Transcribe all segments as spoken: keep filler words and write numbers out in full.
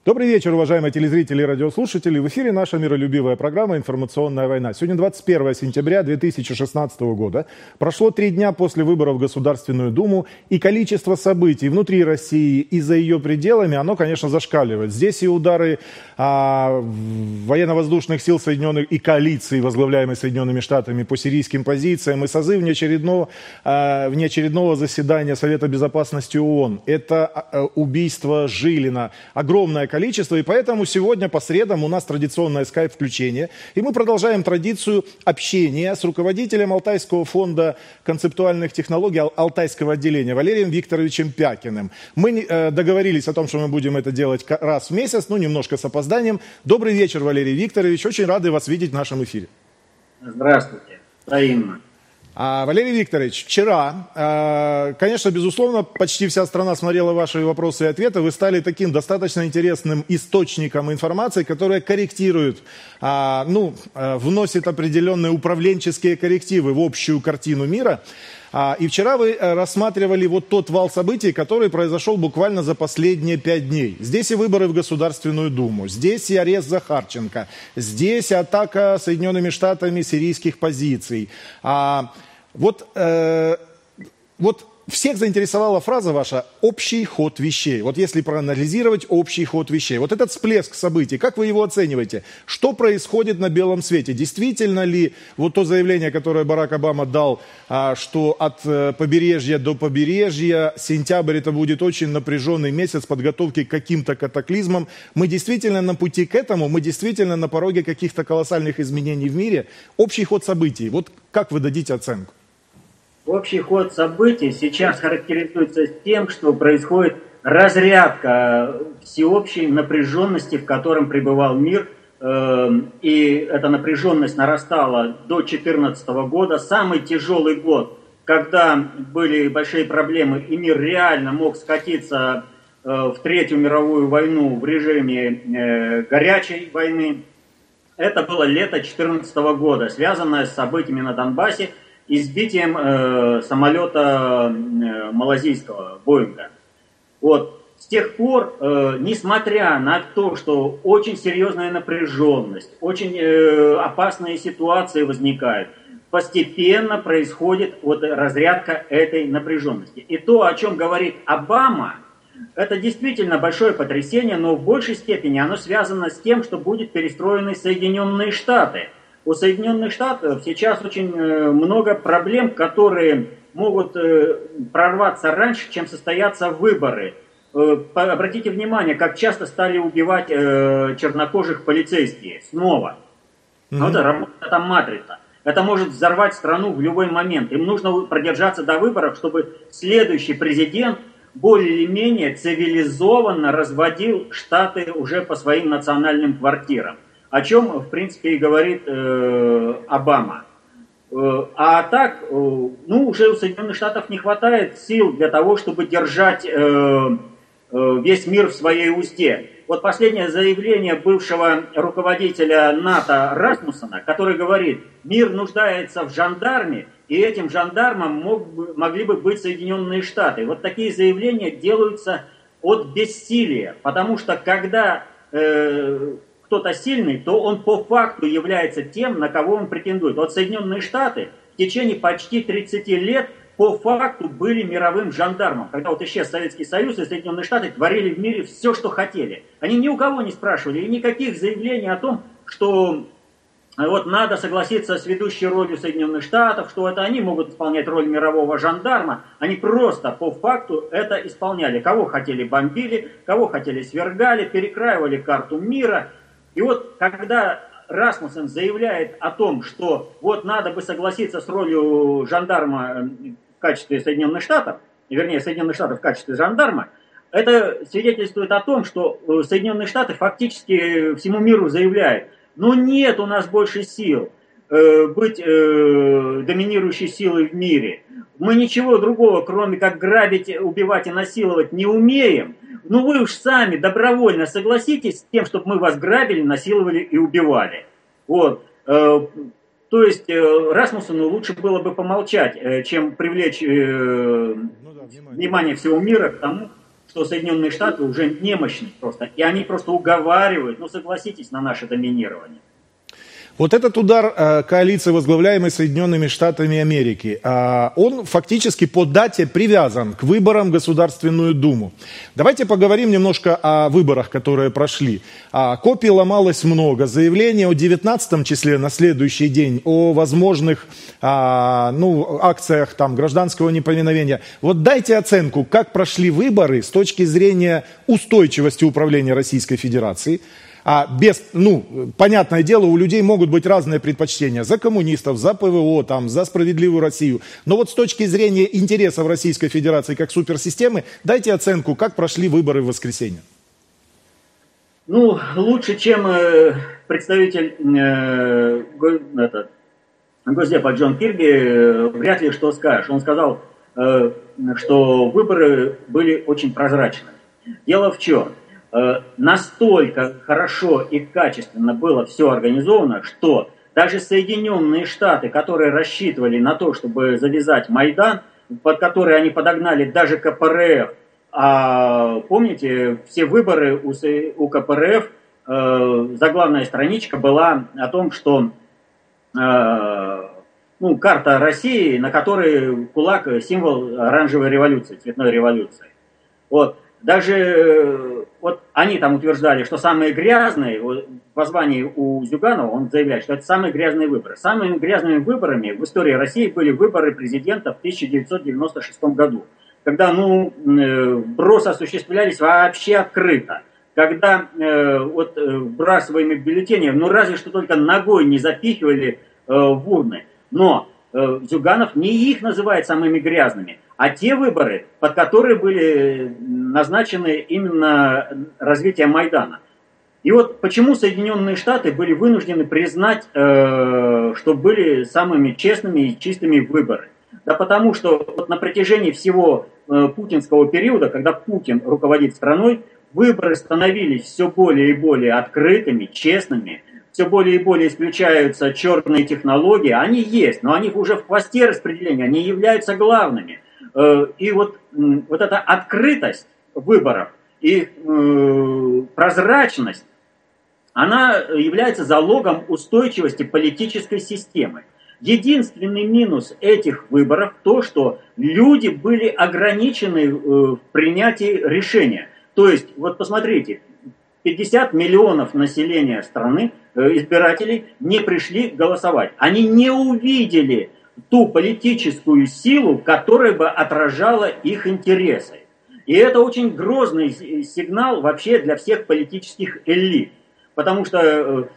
Добрый вечер, уважаемые телезрители и радиослушатели. В эфире наша миролюбивая программа «Информационная война». Сегодня двадцать первое сентября две тысячи шестнадцатого года. Прошло три дня после выборов в Государственную Думу, и количество событий внутри России и за ее пределами, оно, конечно, зашкаливает. Здесь и удары а, военно-воздушных сил Соединенных и коалиции, возглавляемой Соединенными Штатами, по сирийским позициям, и созыв внеочередного, а, внеочередного заседания Совета Безопасности ООН. Это а, убийство Жилина. Огромное количество. количество, и поэтому сегодня по средам у нас традиционное скайп-включение, и мы продолжаем традицию общения с руководителем Алтайского фонда концептуальных технологий Алтайского отделения Валерием Викторовичем Пякиным. Мы э, договорились о том, что мы будем это делать раз в месяц, ну немножко с опозданием. Добрый вечер, Валерий Викторович, очень рады вас видеть в нашем эфире. Здравствуйте, взаимно. А, Валерий Викторович, вчера, конечно, безусловно, почти вся страна смотрела ваши вопросы и ответы. Вы стали таким достаточно интересным источником информации, которая корректирует, ну, вносит определенные управленческие коррективы в общую картину мира. И вчера вы рассматривали вот тот вал событий, который произошел буквально за последние пять дней. Здесь и выборы в Государственную Думу, здесь и арест Захарченко, здесь и атака Соединенными Штатами сирийских позиций. Вот, э, вот всех заинтересовала фраза ваша «общий ход вещей». Вот если проанализировать общий ход вещей. Вот этот всплеск событий, как вы его оцениваете? Что происходит на белом свете? Действительно ли вот то заявление, которое Барак Обама дал, что от побережья до побережья сентябрь это будет очень напряженный месяц подготовки к каким-то катаклизмам? Мы действительно на пути к этому? Мы действительно на пороге каких-то колоссальных изменений в мире? Общий ход событий. Вот как вы дадите оценку? Общий ход событий сейчас характеризуется тем, что происходит разрядка всеобщей напряженности, в котором пребывал мир. И эта напряженность нарастала до две тысячи четырнадцатого года. Самый тяжелый год, когда были большие проблемы, и мир реально мог скатиться в Третью мировую войну в режиме горячей войны. Это было лето две тысячи четырнадцатого года, связанное с событиями на Донбассе, избитием э, самолета э, малазийского, Боинга. Вот. С тех пор, э, несмотря на то, что очень серьезная напряженность, очень э, опасные ситуации возникают, постепенно происходит вот разрядка этой напряженности. И то, о чем говорит Обама, это действительно большое потрясение, но в большей степени оно связано с тем, что будут перестроены Соединенные Штаты. У Соединенных Штатов сейчас очень много проблем, которые могут прорваться раньше, чем состоятся выборы. Обратите внимание, как часто стали убивать чернокожих полицейские снова. Mm-hmm. Вот работает эта матрица. Это может взорвать страну в любой момент. Им нужно продержаться до выборов, чтобы следующий президент более или менее цивилизованно разводил Штаты уже по своим национальным квартирам. О чем, в принципе, и говорит э, Обама. Э, а так, э, ну, уже у Соединенных Штатов не хватает сил для того, чтобы держать э, э, весь мир в своей узде. Вот последнее заявление бывшего руководителя НАТО Расмуссена, который говорит, мир нуждается в жандарме, и этим жандармом мог, могли бы быть Соединенные Штаты. Вот такие заявления делаются от бессилия, потому что когда... Э, кто-то сильный, то он по факту является тем, на кого он претендует. Вот Соединенные Штаты в течение почти тридцати лет по факту были мировым жандармом. Когда вот исчез Советский Союз, и Соединенные Штаты творили в мире все, что хотели. Они ни у кого не спрашивали, и никаких заявлений о том, что вот надо согласиться с ведущей ролью Соединенных Штатов, что это они могут исполнять роль мирового жандарма. Они просто по факту это исполняли. Кого хотели бомбили, кого хотели свергали, перекраивали карту мира. И вот когда Расмуссен заявляет о том, что вот надо бы согласиться с ролью жандарма в качестве Соединенных Штатов, вернее, Соединенных Штатов в качестве жандарма, это свидетельствует о том, что Соединенные Штаты фактически всему миру заявляют, ну нет у нас больше сил э, быть э, доминирующей силой в мире. Мы ничего другого, кроме как грабить, убивать и насиловать, не умеем. Ну вы уж сами добровольно согласитесь с тем, чтобы мы вас грабили, насиловали и убивали. Вот. Э, то есть э, Расмуссену лучше было бы помолчать, э, чем привлечь э, ну, да, внимание. внимание всего мира к тому, что что Соединенные Штаты уже немощны просто, и они просто уговаривают, ну согласитесь, на наше доминирование. Вот этот удар э, коалиции, возглавляемой Соединенными Штатами Америки, э, он фактически по дате привязан к выборам в Государственную Думу. Давайте поговорим немножко о выборах, которые прошли. А, копий ломалось много. Заявление о девятнадцатом числе на следующий день, о возможных а, ну, акциях там, гражданского неповиновения. Вот дайте оценку, как прошли выборы с точки зрения устойчивости управления Российской Федерацией. А без, ну, понятное дело, у людей могут быть разные предпочтения. За коммунистов, за ПВО, там, за справедливую Россию. Но вот с точки зрения интересов Российской Федерации как суперсистемы, дайте оценку, как прошли выборы в воскресенье. Ну, лучше, чем э, представитель э, го, этот, Госдепа Джон Кирби, э, вряд ли что скажешь. Он сказал, э, что выборы были очень прозрачными. Дело в чем? Настолько хорошо и качественно было все организовано, что даже Соединенные Штаты, которые рассчитывали на то, чтобы завязать Майдан, под который они подогнали даже ка пэ эр эф, а помните, все выборы у, у ка пэ эр эф, э, заглавная страничка была о том, что э, ну, карта России, на которой кулак символ оранжевой революции, цветной революции. Вот. Даже вот они там утверждали, что самые грязные, в воззвании у Зюганова он заявляет, что это самые грязные выборы. Самыми грязными выборами в истории России были выборы президента в тысяча девятьсот девяносто шестом году, когда ну, вбросы осуществлялись вообще открыто, когда э, вот вбрасываемые бюллетени, ну разве что только ногой не запихивали э, в урны. Но э, Зюганов не их называет самыми грязными, а те выборы, под которые были назначены именно развитие Майдана. И вот почему Соединенные Штаты были вынуждены признать, э, что были самыми честными и чистыми выборы. Да потому что вот на протяжении всего э, путинского периода, когда Путин руководит страной, выборы становились все более и более открытыми, честными, все более и более исключаются черные технологии. Они есть, но они уже в хвосте распределения, они являются главными. И вот, вот эта открытость выборов и э, прозрачность, она является залогом устойчивости политической системы. Единственный минус этих выборов то, что люди были ограничены э, в принятии решения. То есть, вот посмотрите, пятьдесят миллионов населения страны, э, избирателей, не пришли голосовать. Они не увидели ту политическую силу, которая бы отражала их интересы. И это очень грозный сигнал вообще для всех политических элит, потому что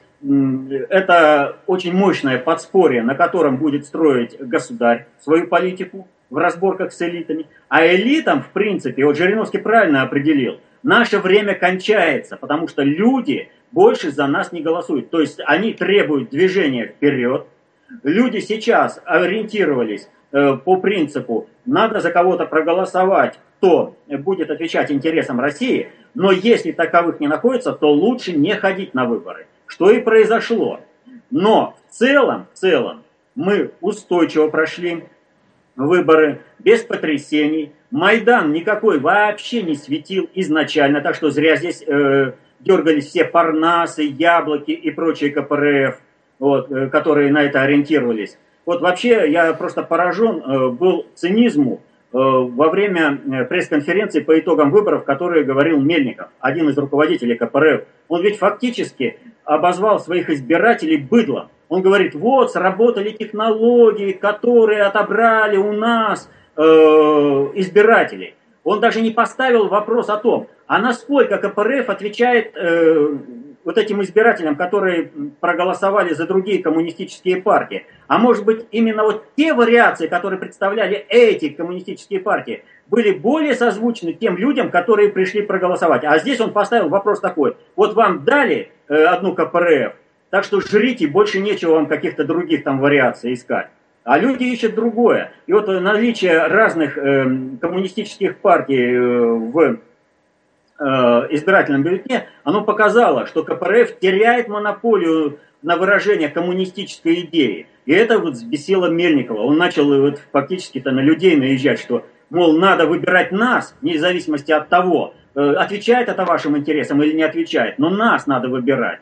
это очень мощное подспорье, на котором будет строить государь свою политику в разборках с элитами. А элитам, в принципе, вот Жириновский правильно определил, наше время кончается, потому что люди больше за нас не голосуют. То есть они требуют движения вперед. Люди сейчас ориентировались э, по принципу, надо за кого-то проголосовать, кто будет отвечать интересам России, но если таковых не находится, то лучше не ходить на выборы. Что и произошло. Но в целом, в целом мы устойчиво прошли выборы, без потрясений. Майдан никакой вообще не светил изначально, так что зря здесь э, дергались все Парнасы, Яблоки и прочие ка пэ эр эф. Вот, которые на это ориентировались. Вот вообще я просто поражен э, был цинизму э, во время пресс-конференции по итогам выборов, которые говорил Мельников, один из руководителей ка пэ эр эф. Он ведь фактически обозвал своих избирателей быдлом. Он говорит, вот сработали технологии, которые отобрали у нас э, избирателей. Он даже не поставил вопрос о том, а насколько ка пэ эр эф отвечает э, вот этим избирателям, которые проголосовали за другие коммунистические партии. А может быть, именно вот те вариации, которые представляли эти коммунистические партии, были более созвучны тем людям, которые пришли проголосовать. А здесь он поставил вопрос такой. Вот вам дали э, одну ка пэ эр эф, так что жрите, больше нечего вам каких-то других там вариаций искать. А люди ищут другое. И вот наличие разных э, коммунистических партий э, в избирательном бюллетене, оно показало, что ка пэ эр эф теряет монополию на выражение коммунистической идеи. И это вот взбесило Мельникова. Он начал вот фактически-то на людей наезжать, что мол, надо выбирать нас, вне зависимости от того, отвечает это вашим интересам или не отвечает, но нас надо выбирать.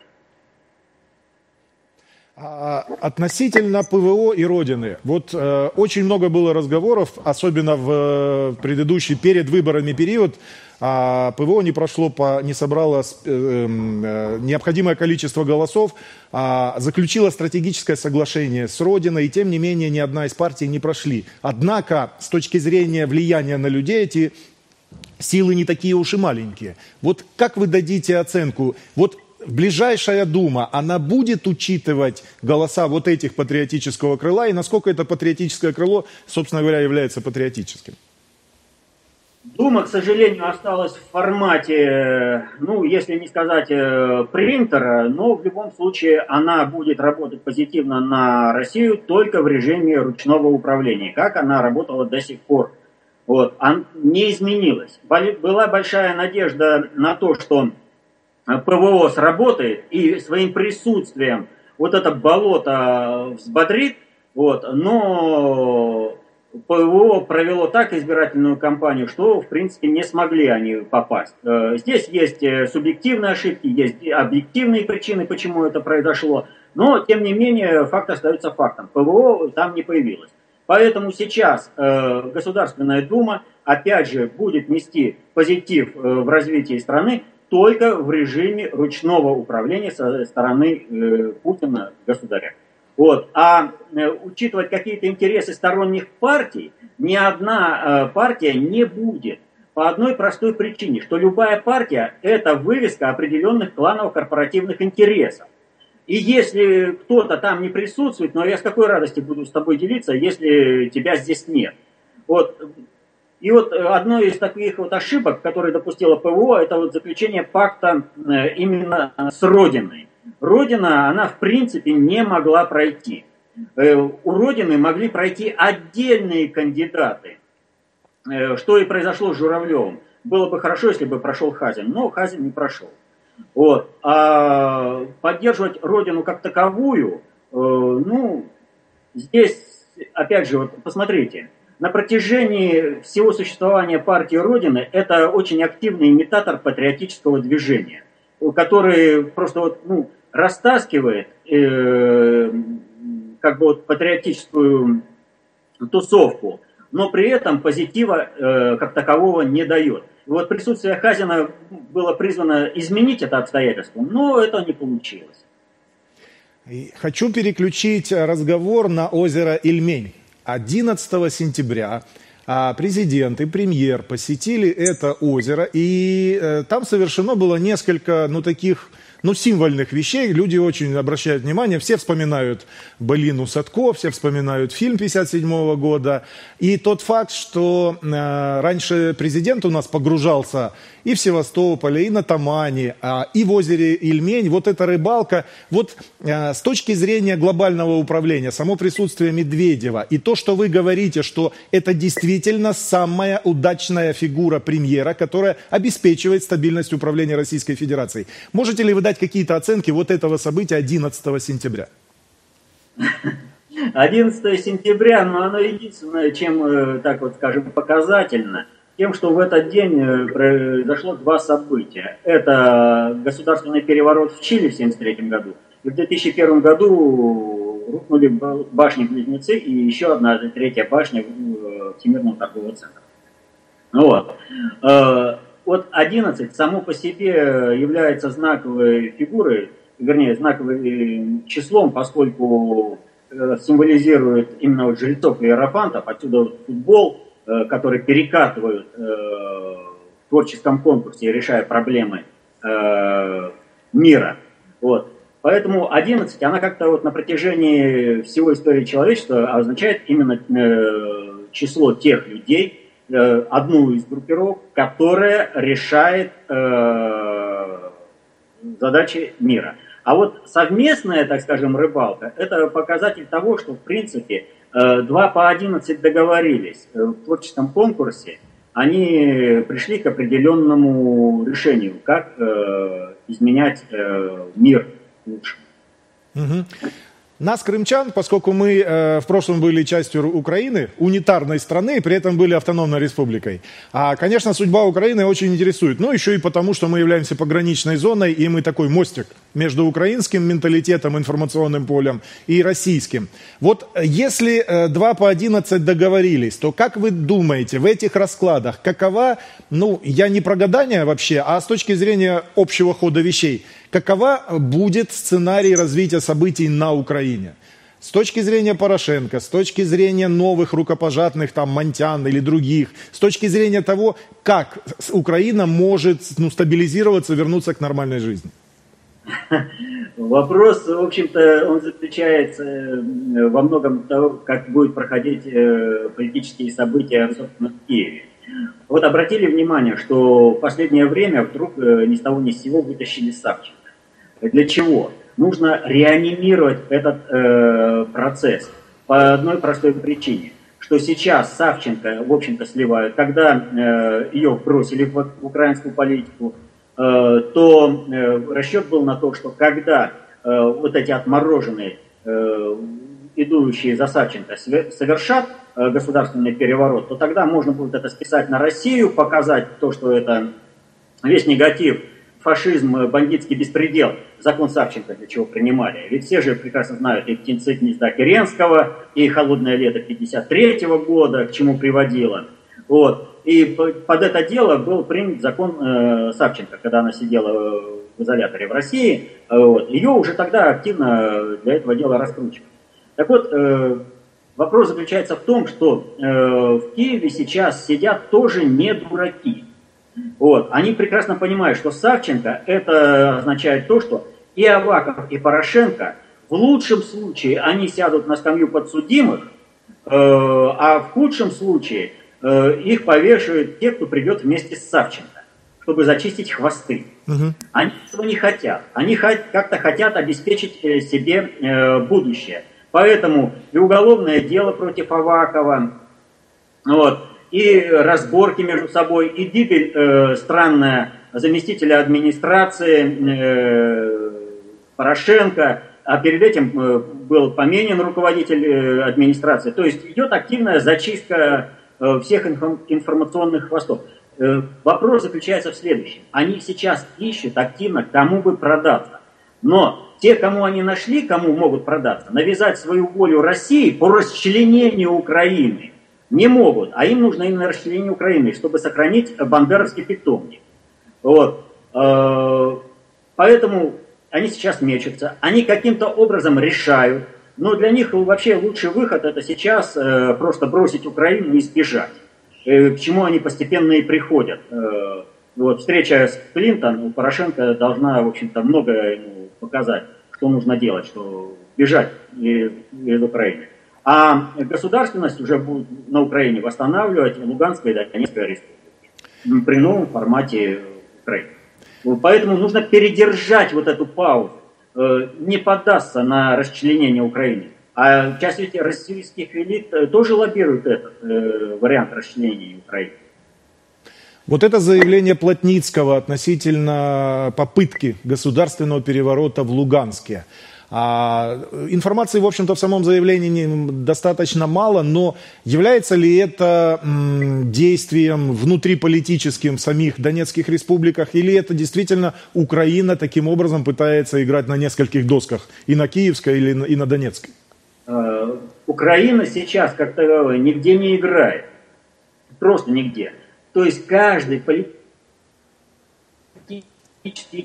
Относительно ПВО и Родины. Вот э, очень много было разговоров, особенно в э, предыдущий, перед выборами период. А ПВО не прошло, по, не собрало э, э, необходимое количество голосов, а заключило стратегическое соглашение с Родиной, и тем не менее ни одна из партий не прошли. Однако, с точки зрения влияния на людей, эти силы не такие уж и маленькие. Вот как вы дадите оценку? Вот ближайшая Дума, она будет учитывать голоса вот этих патриотического крыла, и насколько это патриотическое крыло, собственно говоря, является патриотическим? Дума, к сожалению, осталась в формате, ну, если не сказать принтера, но в любом случае она будет работать позитивно на Россию только в режиме ручного управления, как она работала до сих пор. Вот, она не изменилась. Была большая надежда на то, что ПВО сработает и своим присутствием вот это болото взбодрит, вот, но ПВО провело так избирательную кампанию, что, в принципе, не смогли они попасть. Здесь есть субъективные ошибки, есть объективные причины, почему это произошло, но, тем не менее, факт остается фактом. ПВО там не появилось. Поэтому сейчас э, Государственная Дума, опять же, будет нести позитив э, в развитии страны только в режиме ручного управления со стороны э, Путина, государя. Вот. А э, учитывать какие-то интересы сторонних партий, ни одна э, партия не будет. По одной простой причине, что любая партия – это вывеска определенных кланово-корпоративных интересов. И если кто-то там не присутствует, но я с какой радости буду с тобой делиться, если тебя здесь нет. Вот. И вот одной из таких вот ошибок, которые допустила ПВО, это вот заключение пакта именно с Родиной. Родина, она в принципе не могла пройти. У Родины могли пройти отдельные кандидаты, что и произошло с Журавлевым. Было бы хорошо, если бы прошел Хазин, но Хазин не прошел. Вот. А поддерживать Родину как таковую, э, ну, здесь, опять же, вот посмотрите, на протяжении всего существования партии Родины это очень активный имитатор патриотического движения, который просто вот, ну, растаскивает э, как бы вот патриотическую тусовку, но при этом позитива э, как такового не дает. И вот присутствие Хазина было призвано изменить это обстоятельство, но это не получилось. Хочу переключить разговор на озеро Ильмень. одиннадцатого сентября президент и премьер посетили это озеро, и там совершено было несколько, ну, таких, ну, символьных вещей. Люди очень обращают внимание, все вспоминают Белину Садко, все вспоминают фильм пятьдесят седьмого года. И тот факт, что э, раньше президент у нас погружался и в Севастополе, и на Тамане, э, и в озере Ильмень, вот эта рыбалка, вот э, с точки зрения глобального управления, само присутствие Медведева и то, что вы говорите, что это действительно самая удачная фигура премьера, которая обеспечивает стабильность управления Российской Федерацией. Можете ли вы дать какие-то оценки вот этого события одиннадцатого сентября? одиннадцатого сентября, но оно единственное, чем, так вот скажем, показательно, тем, что в этот день произошло два события. Это государственный переворот в Чили в тысяча девятьсот семьдесят третьем году, и в две тысячи первом году рухнули башни-близнецы и еще одна, третья башня Всемирного торгового центра. Вот. Вот одиннадцать само по себе является знаковой фигурой, вернее, знаковым числом, поскольку символизирует именно вот жрецов и иерофантов, отсюда вот футбол, который перекатывают в творческом конкурсе, решая проблемы мира. Вот. Поэтому одиннадцать, она как-то вот на протяжении всего истории человечества означает именно число тех людей, одну из группировок, которая решает задачи мира. А вот совместная, так скажем, рыбалка, это показатель того, что, в принципе, два по одиннадцать договорились в творческом конкурсе, они пришли к определенному решению, как изменять мир лучше. Угу. Нас, крымчан, поскольку мы э, в прошлом были частью Украины, унитарной страны, при этом были автономной республикой, а, конечно, судьба Украины очень интересует. Ну, еще и потому, что мы являемся пограничной зоной, и мы такой мостик между украинским менталитетом, информационным полем и российским. Вот если э, два по одиннадцать договорились, то как вы думаете, в этих раскладах какова, ну, я не про гадание вообще, а с точки зрения общего хода вещей, какова будет сценарий развития событий на Украине? С точки зрения Порошенко, с точки зрения новых рукопожатных, там, Монтян или других, с точки зрения того, как Украина может, ну, стабилизироваться, вернуться к нормальной жизни? Вопрос, в общем-то, он заключается во многом того, как будут проходить политические события, собственно, в Киеве. Вот обратили внимание, что в последнее время вдруг ни с того ни с сего вытащили Савченко. Для чего? Нужно реанимировать этот э, процесс по одной простой причине, что сейчас Савченко, в общем-то, сливают. Когда э, ее бросили в, в украинскую политику, э, то э, расчет был на то, что когда э, вот эти отмороженные, э, идущие за Савченко, совершат э, государственный переворот, то тогда можно будет это списать на Россию, показать то, что это весь негатив, фашизм, бандитский беспредел, закон Савченко для чего принимали. Ведь все же прекрасно знают и птенцы гнезда Керенского, и холодное лето пятьдесят третьего года, к чему приводило. Вот. И под это дело был принят закон э, Савченко, когда она сидела в изоляторе в России. Вот. Ее уже тогда активно для этого дела раскручивали. Так вот, э, вопрос заключается в том, что э, в Киеве сейчас сидят тоже не дураки. Вот. Они прекрасно понимают, что Савченко это означает то, что и Аваков, и Порошенко в лучшем случае они сядут на скамью подсудимых, э, а в худшем случае э, их повешают те, кто придет вместе с Савченко, чтобы зачистить хвосты. Угу. Они этого не хотят. Они как-то хотят обеспечить себе э, будущее. Поэтому и уголовное дело против Авакова, вот, и разборки между собой, и гибель э, странная заместителя администрации э, Порошенко, а перед этим э, был поменен руководитель э, администрации. То есть идет активная зачистка э, всех инфо- информационных хвостов. Э, вопрос заключается в следующем. Они сейчас ищут активно, кому бы продаться. Но те, кому они нашли, кому могут продаться, навязать свою волю России по расчленению Украины не могут, а им нужно именно расчленение Украины, чтобы сохранить бандеровский питомник. Вот. Поэтому они сейчас мечутся, они каким-то образом решают, но для них вообще лучший выход это сейчас просто бросить Украину и сбежать, к чему они постепенно и приходят. Вот. Встреча с Клинтон у Порошенко должна, в общем-то, многое ему показать, что нужно делать, что бежать из, из Украины. А государственность уже будет на Украине восстанавливать Луганская и Донецкая республики при новом формате Украины. Поэтому нужно передержать вот эту паузу, не поддаться на расчленение Украины. А часть этих российских элит тоже лоббирует этот вариант расчленения Украины. Вот это заявление Плотницкого относительно попытки государственного переворота в Луганске. А, информации, в общем-то, в самом заявлении достаточно мало, но является ли это м, действием внутриполитическим в самих Донецких республиках, или это действительно Украина таким образом пытается играть на нескольких досках, и на Киевской, или на, и на Донецкой? Украина сейчас, как таковая, нигде не играет. Просто нигде. То есть каждый политический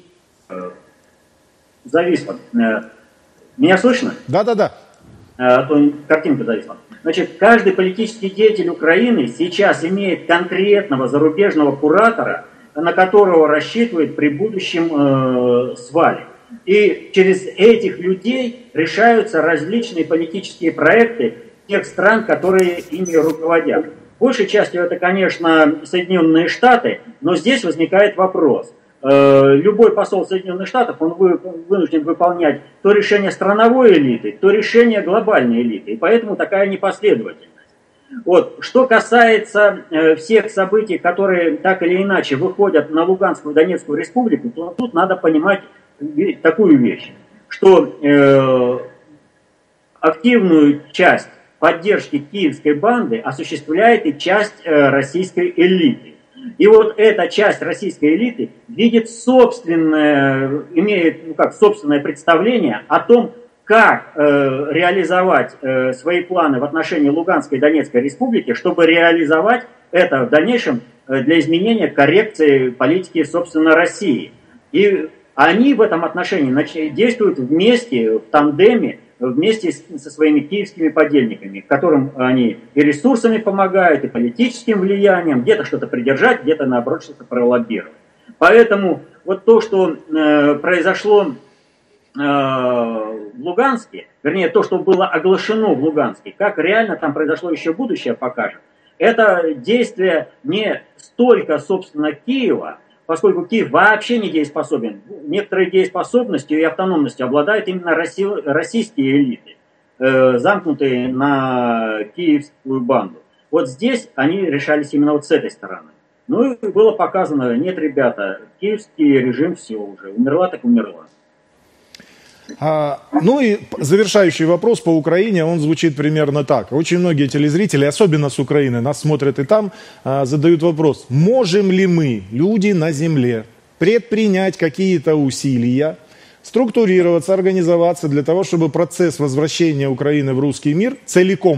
завис. Меня слышно? Да-да-да. А то картинка зависла. Значит, каждый политический деятель Украины сейчас имеет конкретного зарубежного куратора, на которого рассчитывает при будущем э, свале. И через этих людей решаются различные политические проекты тех стран, которые ими руководят. Большей частью это, конечно, Соединенные Штаты, но здесь возникает вопрос. Любой посол Соединенных Штатов, он вынужден выполнять то решение страновой элиты, то решение глобальной элиты. И поэтому такая непоследовательность. Вот. Что касается всех событий, которые так или иначе выходят на Луганскую и Донецкую республику, то тут надо понимать такую вещь, что э, активную часть поддержки киевской банды осуществляет и часть э, российской элиты. И вот эта часть российской элиты видит собственное, имеет ну как, собственное представление о том, как э, реализовать э, свои планы в отношении Луганской и Донецкой республики, чтобы реализовать это в дальнейшем э, для изменения коррекции политики, собственно, России. И они в этом отношении нач- действуют вместе, в тандеме, вместе с, со своими киевскими подельниками, которым они и ресурсами помогают, и политическим влиянием, где-то что-то придержать, где-то, наоборот, что-то пролоббировать. Поэтому вот то, что э, произошло в Луганске, вернее, то, что было оглашено в Луганске, как реально там произошло еще будущее, покажет. Это действие не столько, собственно, Киева, поскольку Киев вообще не дееспособен. Некоторой дееспособностью и автономностью обладают именно российские элиты, замкнутые на киевскую банду. Вот здесь они решались именно вот с этой стороны. Ну и было показано, нет, ребята, киевский режим все уже, умерла так умерла. А, ну и завершающий вопрос по Украине, он звучит примерно так. Очень многие телезрители, особенно с Украины, нас смотрят и там, а, задают вопрос: можем ли мы, люди на земле, предпринять какие-то усилия, структурироваться, организоваться для того, чтобы процесс возвращения Украины в русский мир целиком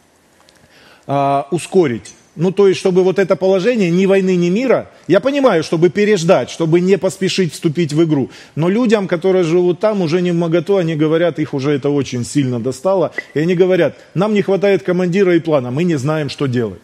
а, ускорить? Ну, то есть, чтобы вот это положение ни войны, ни мира, я понимаю, чтобы переждать, чтобы не поспешить вступить в игру, но людям, которые живут там, уже не вмоготу, они говорят, их уже это очень сильно достало, и они говорят, нам не хватает командира и плана, мы не знаем, что делать.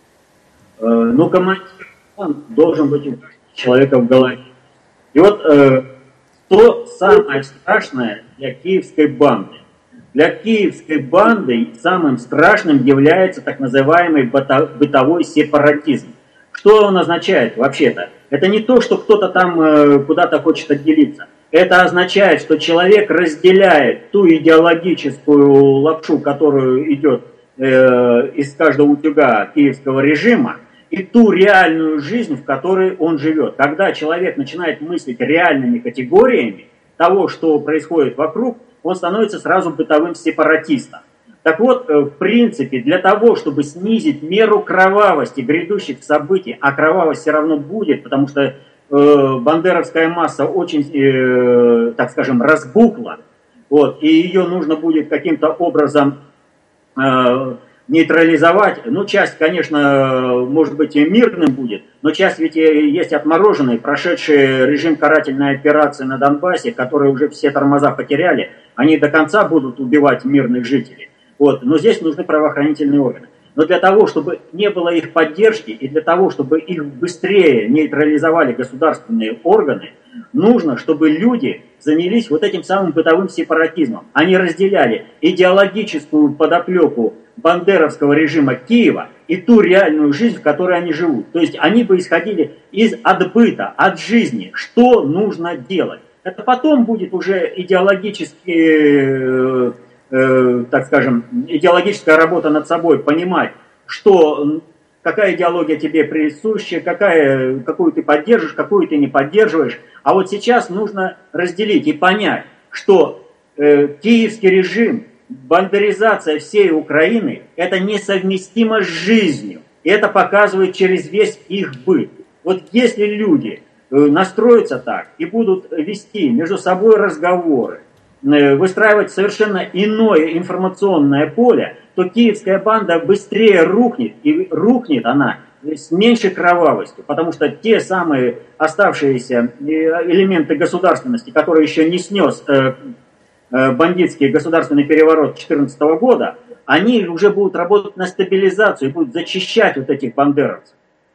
Э, ну, командир должен быть у человека в голове. И вот э, то самое страшное для киевской банды. Для киевской банды самым страшным является так называемый бытовой сепаратизм. Что он означает вообще-то? Это не то, что кто-то там э, куда-то хочет отделиться. Это означает, что человек разделяет ту идеологическую лапшу, которую идет э, из каждого утюга киевского режима, и ту реальную жизнь, в которой он живет. Когда человек начинает мыслить реальными категориями того, что происходит вокруг, он становится сразу бытовым сепаратистом. Так вот, в принципе, для того, чтобы снизить меру кровавости грядущих событий, а кровавость все равно будет, потому что э, бандеровская масса очень, э, так скажем, разбухла, вот, и ее нужно будет каким-то образом э, нейтрализовать. Ну, часть, конечно, может быть и мирным будет, но часть ведь есть отмороженные, прошедшие режим карательной операции на Донбассе, которые уже все тормоза потеряли, они до конца будут убивать мирных жителей. Вот. Но здесь нужны правоохранительные органы. Но для того, чтобы не было их поддержки и для того, чтобы их быстрее нейтрализовали государственные органы, нужно, чтобы люди занялись вот этим самым бытовым сепаратизмом. Они разделяли идеологическую подоплеку бандеровского режима Киева и ту реальную жизнь, в которой они живут. То есть они бы исходили из отбыта, от жизни, что нужно делать. Это потом будет уже идеологически, э, э, так скажем, идеологическая работа над собой, понимать, что, какая идеология тебе присуща, какая, какую ты поддерживаешь, какую ты не поддерживаешь. А вот сейчас нужно разделить и понять, что э, киевский режим, бандеризация всей Украины, это несовместимо с жизнью. И это показывает через весь их быт. Вот если люди настроятся так и будут вести между собой разговоры, выстраивать совершенно иное информационное поле, то киевская банда быстрее рухнет, и рухнет она с меньшей кровавостью, потому что те самые оставшиеся элементы государственности, которые еще не снес бандитский государственный переворот две тысячи четырнадцатого года, они уже будут работать на стабилизацию и будут зачищать вот этих бандеровцев.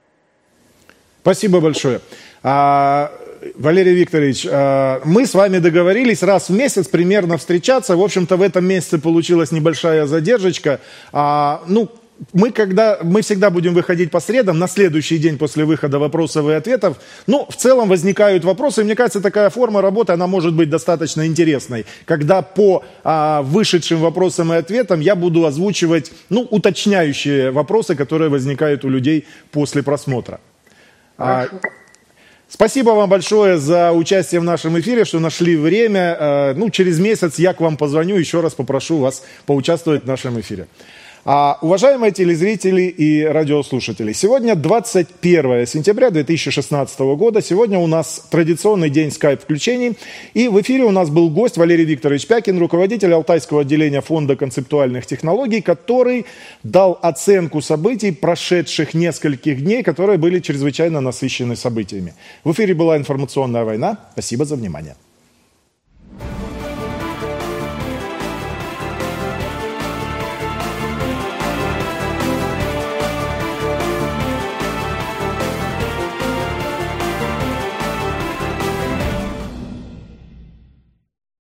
Спасибо большое. А, Валерий Викторович, а, мы с вами договорились раз в месяц примерно встречаться. В общем-то, в этом месяце получилась небольшая задержечка. А, ну, мы, когда, мы всегда будем выходить по средам, на следующий день после выхода вопросов и ответов. Ну, в целом возникают вопросы, и мне кажется, такая форма работы, она может быть достаточно интересной. Когда по а, вышедшим вопросам и ответам я буду озвучивать, ну, уточняющие вопросы, которые возникают у людей после просмотра. А, Спасибо вам большое за участие в нашем эфире, что нашли время. Ну, через месяц я к вам позвоню, еще раз попрошу вас поучаствовать в нашем эфире. А, уважаемые телезрители и радиослушатели, сегодня двадцать первое сентября две тысячи шестнадцатого года. Сегодня у нас традиционный день скайп-включений. И в эфире у нас был гость Валерий Викторович Пякин, руководитель Алтайского отделения Фонда концептуальных технологий, который дал оценку событий прошедших нескольких дней, которые были чрезвычайно насыщены событиями. В эфире была информационная война. Спасибо за внимание.